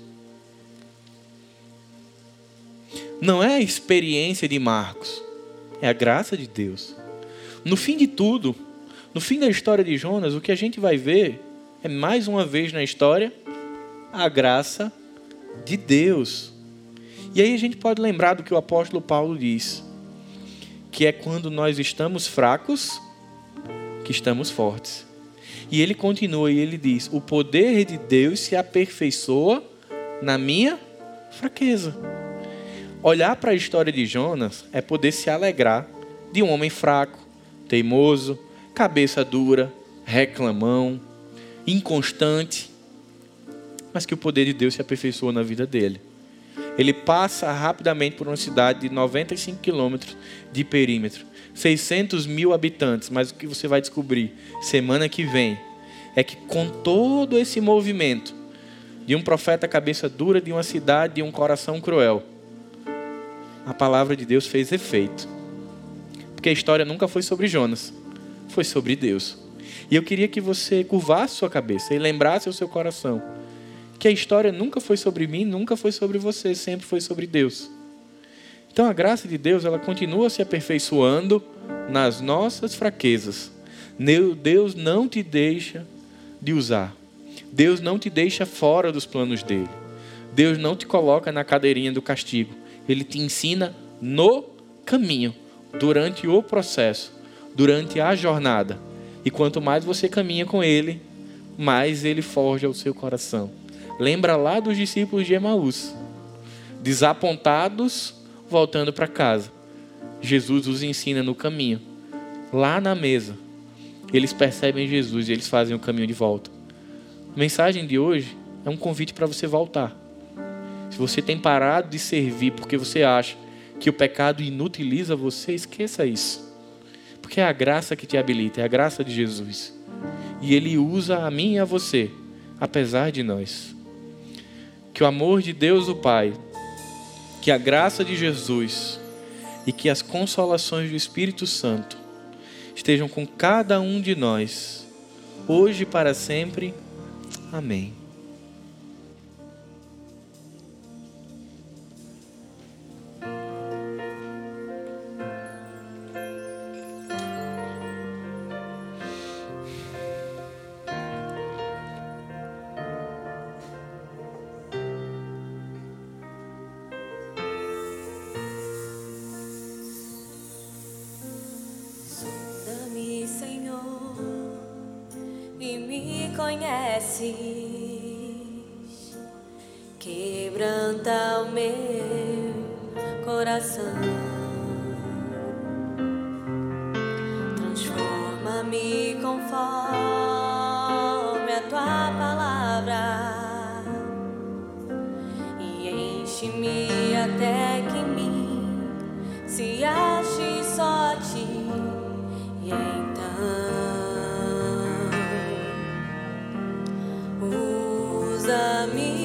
A: Não é a experiência de Marcos. É a graça de Deus. No fim de tudo, no fim da história de Jonas, o que a gente vai ver é, mais uma vez na história, a graça de Deus. E aí a gente pode lembrar do que o apóstolo Paulo diz, que é quando nós estamos fracos, que estamos fortes. E ele continua e ele diz: o poder de Deus se aperfeiçoa na minha fraqueza. Olhar para a história de Jonas é poder se alegrar de um homem fraco, teimoso, cabeça dura, reclamão, inconstante, mas que o poder de Deus se aperfeiçoa na vida dele. Ele passa rapidamente por uma cidade de 95 quilômetros de perímetro, 600 mil habitantes, mas o que você vai descobrir semana que vem é que com todo esse movimento de um profeta cabeça dura, de uma cidade, de um coração cruel, a palavra de Deus fez efeito. Porque a história nunca foi sobre Jonas, foi sobre Deus. E eu queria que você curvasse sua cabeça e lembrasse o seu coração que a história nunca foi sobre mim, nunca foi sobre você, sempre foi sobre Deus. Então a graça de Deus, ela continua se aperfeiçoando nas nossas fraquezas. Deus não te deixa de usar. Deus não te deixa fora dos planos dele. Deus não te coloca na cadeirinha do castigo. Ele te ensina no caminho, durante o processo, durante a jornada. E quanto mais você caminha com ele, mais ele forja o seu coração. Lembra lá dos discípulos de Emaús, desapontados, voltando para casa. Jesus os ensina no caminho. Lá na mesa, eles percebem Jesus e eles fazem o caminho de volta. A mensagem de hoje é um convite para você voltar. Se você tem parado de servir porque você acha que o pecado inutiliza você, esqueça isso. Porque é a graça que te habilita, é a graça de Jesus. E ele usa a mim e a você, apesar de nós. Que o amor de Deus o Pai, que a graça de Jesus e que as consolações do Espírito Santo estejam com cada um de nós, hoje e para sempre. Amém.
B: Quebranta o meu coração, transforma-me conforme a tua palavra e enche-me até que em mim se ache só a ti. E então usa-me,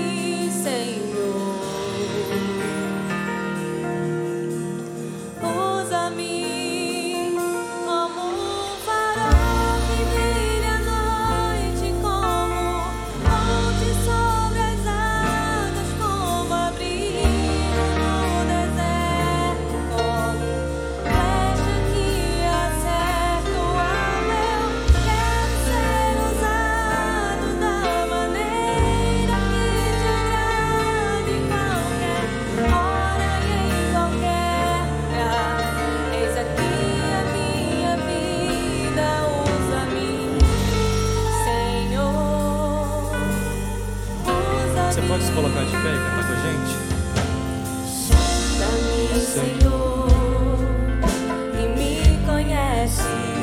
A: pode se colocar de pé e cantar com a gente?
B: Sonda-me, Senhor, e me conheces.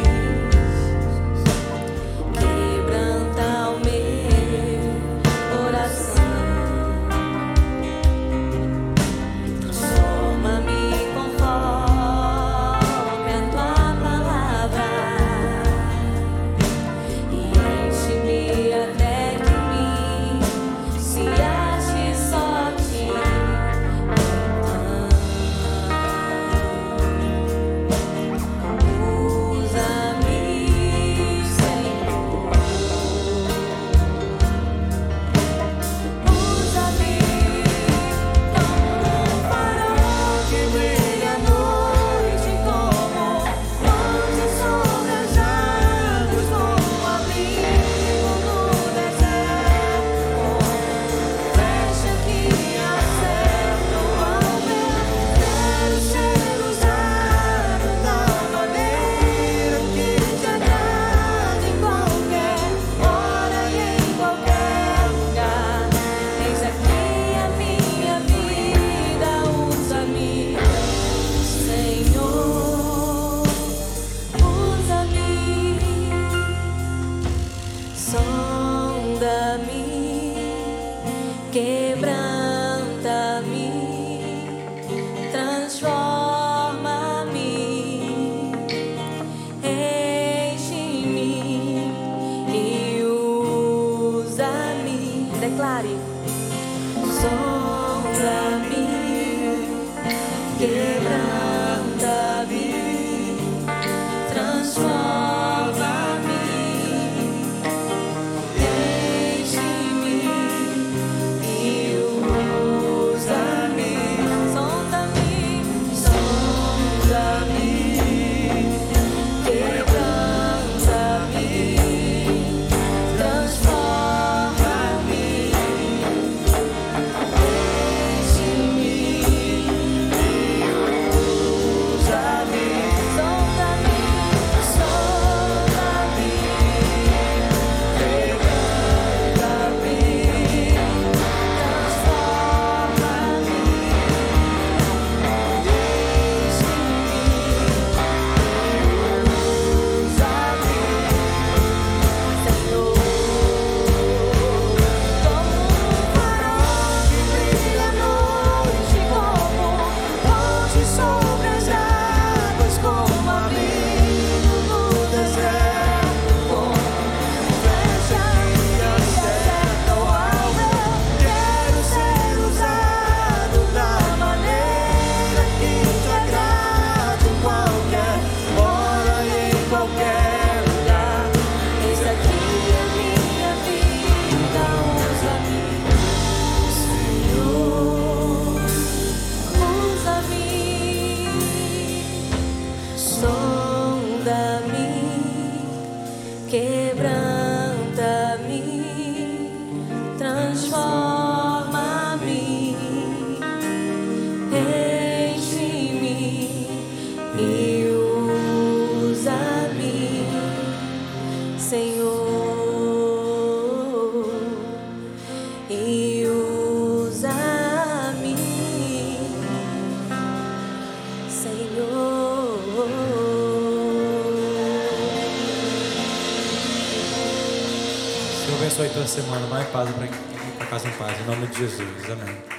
B: Quebranta o meu coração, transforma-me conforme a tua palavra e enche-me até que em mim se ache só
C: Senhor abençoe tua semana. Vai em paz para casa em paz. Em nome de Jesus. Amém.